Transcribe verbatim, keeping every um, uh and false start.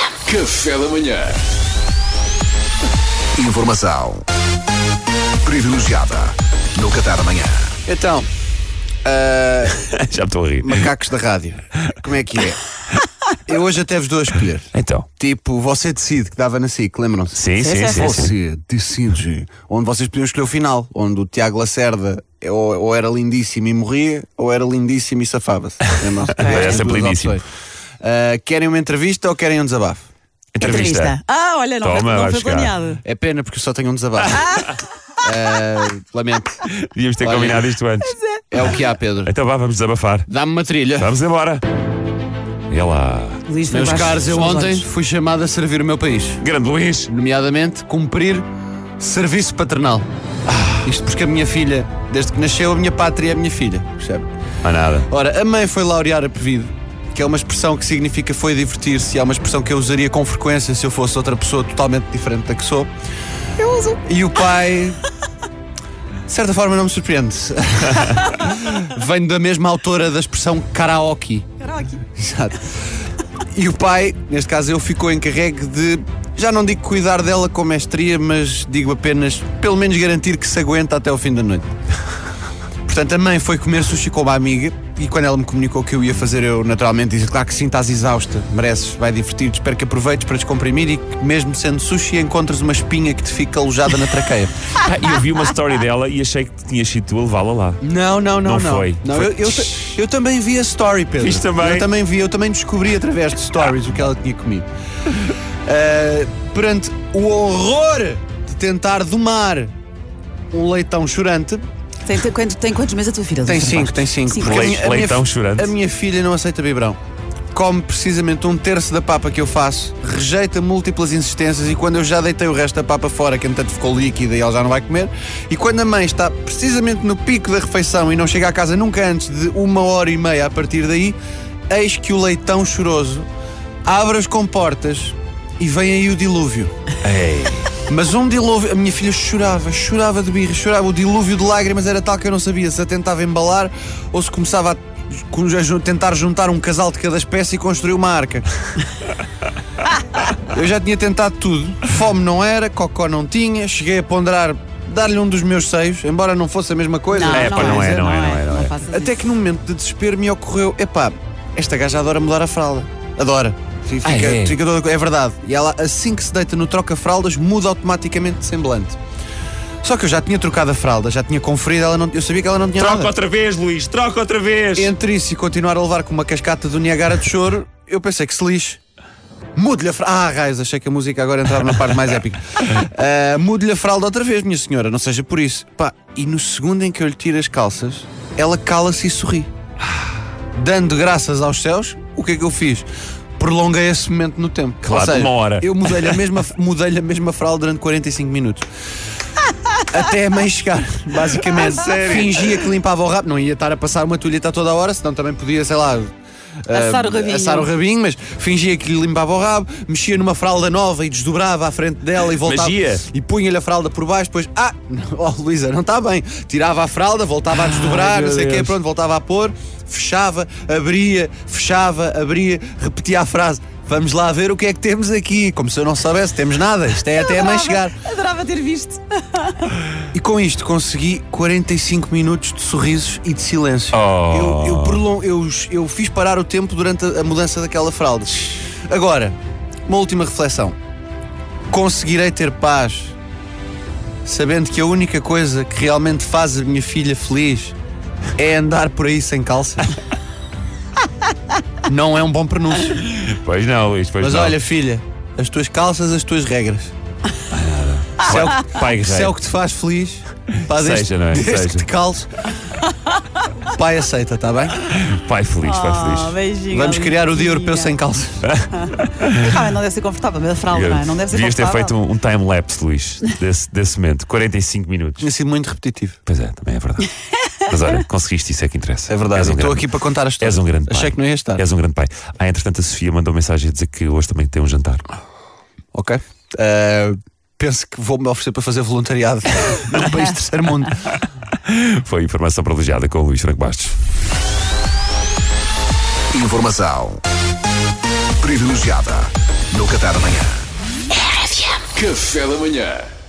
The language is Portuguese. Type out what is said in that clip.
Café da manhã. Informação privilegiada no Café da manhã. Então, uh, já me estou a rir. macacos da rádio, como é que é? Eu hoje até vos dou a escolher. Então. Tipo, você decide, que dava na S I C, lembram-se? Sim, sim, sim. sim, Você sim. decide. Onde vocês podiam escolher o final. Onde o Tiago Lacerda ou, ou era lindíssimo e morria, ou era lindíssimo e safava-se. Lembram-se? Era Estas sempre duas lindíssimo. opções. Uh, querem uma entrevista ou querem um desabafo? Entrevista. Ah, olha, não, Toma, foi, vai não foi buscar. planeado. É pena porque eu só tenho um desabafo. uh, lamento. Devíamos ter Olha. combinado isto antes. É o que há, Pedro. Então vá, vamos desabafar. Dá-me uma trilha. Vamos embora. E lá. Luís foi Meus baixo caros, eu dos ontem olhos. fui chamado a servir o meu país. Grande Luís. Nomeadamente, cumprir serviço paternal. Ah, isto porque a minha filha, desde que nasceu, a minha pátria é a minha filha, percebe? Não há nada. Ora, a mãe foi laurear a Pevido, que é uma expressão que significa foi divertir-se, e é uma expressão que eu usaria com frequência se eu fosse outra pessoa totalmente diferente da que sou. Eu uso. E o pai, de certa forma, não me surpreende. Vem da mesma autora da expressão karaoke. Karaoke. Exato. E o pai, neste caso eu, ficou encarregue de, já não digo cuidar dela com mestria, mas digo apenas, pelo menos garantir que se aguenta até ao fim da noite. Portanto, a mãe foi comer sushi com uma amiga e quando ela me comunicou que eu ia fazer, eu naturalmente disse, claro que sim, estás exausta, mereces, vai divertir-te, espero que aproveites para descomprimir e que mesmo sendo sushi encontres uma espinha que te fica alojada na traqueia. Ah, e eu vi uma story dela e achei que tinhas sido tu a levá-la lá. Não, não, não, Não não. foi. Não, Foi. Eu, eu, ta- eu também vi a story, Pedro. Viste também? Eu também vi, eu também descobri através de stories o que ela tinha comido. Uh, perante o horror de tentar domar um leitão chorante. Tem, tem, quantos- tem quantos meses a tua filha? Tem Luís? cinco, tem cinco. Cinco. Porque a Le- minha- a minha leitão fi- chorante. A minha filha não aceita biberão. Come precisamente um terço da papa que eu faço, rejeita múltiplas insistências e quando eu já deitei o resto da papa fora, que entretanto ficou líquida e ela já não vai comer, e quando a mãe está precisamente no pico da refeição e não chega à casa nunca antes de uma hora e meia a partir daí, eis que o leitão choroso abre as comportas e vem aí o dilúvio. Ei. Mas um dilúvio, a minha filha chorava, chorava de birra, chorava, o dilúvio de lágrimas era tal que eu não sabia se a tentava embalar ou se começava a cu- a ju- tentar juntar um casal de cada espécie e construir uma arca. Eu já tinha tentado tudo, fome não era, cocó não tinha, cheguei a ponderar dar-lhe um dos meus seios, embora não fosse a mesma coisa. Não, É, não, pá, não é, não, não é, não é, não é. faças Até isso. que num momento de desespero me ocorreu, epá, esta gaja adora mudar a fralda. Adora. Fica, Ah, é? fica toda, é verdade. E ela, assim que se deita no troca-fraldas, muda automaticamente de semblante. Só que eu já tinha trocado a fralda, já tinha conferido, ela não, eu sabia que ela não tinha Troca nada. outra vez, Luís. Troca outra vez. Entre isso e continuar a levar com uma cascata do Niagara de choro, eu pensei que se lixe. Mude-lhe a fralda. Ah, raios, achei que a música agora entrava na parte mais épica. Uh, Mude-lhe a fralda outra vez, minha senhora, não seja por isso. Pá, e no segundo em que eu lhe tiro as calças, ela cala-se e sorri. Dando graças aos céus, o que é que eu fiz? Prolonguei esse momento no tempo. Claro, Ou seja, uma hora. Eu mudei-lhe a mesma, mudei-lhe a mesma fralda durante quarenta e cinco minutos. Até a mãe chegar, basicamente. A sério? Fingia que limpava o rabo, não ia estar a passar uma toalheta toda a hora, senão também podia, sei lá, Assar ah, o rabinho. assar o rabinho, mas fingia que lhe limpava o rabo, mexia numa fralda nova e desdobrava à frente dela e voltava. Magia. E punha-lhe a fralda por baixo, depois, ah, oh Luísa, não está bem. Tirava a fralda, voltava a desdobrar, Ai, não meu sei o quê, Deus. pronto, voltava a pôr, fechava, abria, fechava, abria, repetia a frase. Vamos lá ver o que é que temos aqui. Como se eu não soubesse, temos nada. Isto é até a mãe chegar. Adorava ter visto. E com isto consegui quarenta e cinco minutos de sorrisos e de silêncio. Oh. Eu, eu, prolong- eu, eu fiz parar o tempo durante a, a mudança daquela fralda. Agora, uma última reflexão. Conseguirei ter paz sabendo que a única coisa que realmente faz a minha filha feliz é andar por aí sem calça? Não é um bom prenúncio. Pois não, Luís, pois Mas não. olha, filha, as tuas calças, as tuas regras. Se é o que- Pai Se é o que te faz feliz, pá, desde, Seja, não é? desde Seja. que te calço, pai aceita, está bem? Pai feliz, pai Oh, feliz. beijinho. Vamos criar o dia Alicinha. europeu sem calças. Realmente não deve ser confortável, mas a fralda, não é? Não deve ser Devias ter feito confortável. um, um time-lapse, Luís, desse, desse momento. quarenta e cinco minutos. Tinha sido muito repetitivo. Pois é, também é verdade. Mas olha, conseguiste, isso é que interessa. É verdade, És um estou grande- aqui para contar a história. És um grande pai. Achei que não ia estar. És um grande pai. Ah, entretanto, a Sofia mandou mensagem a dizer que hoje também tem um jantar. Ok. Uh, penso que vou-me oferecer para fazer voluntariado num país de terceiro mundo. Foi informação privilegiada com o Luís Franco Bastos. Informação privilegiada no no Qatar amanhã. Café da manhã.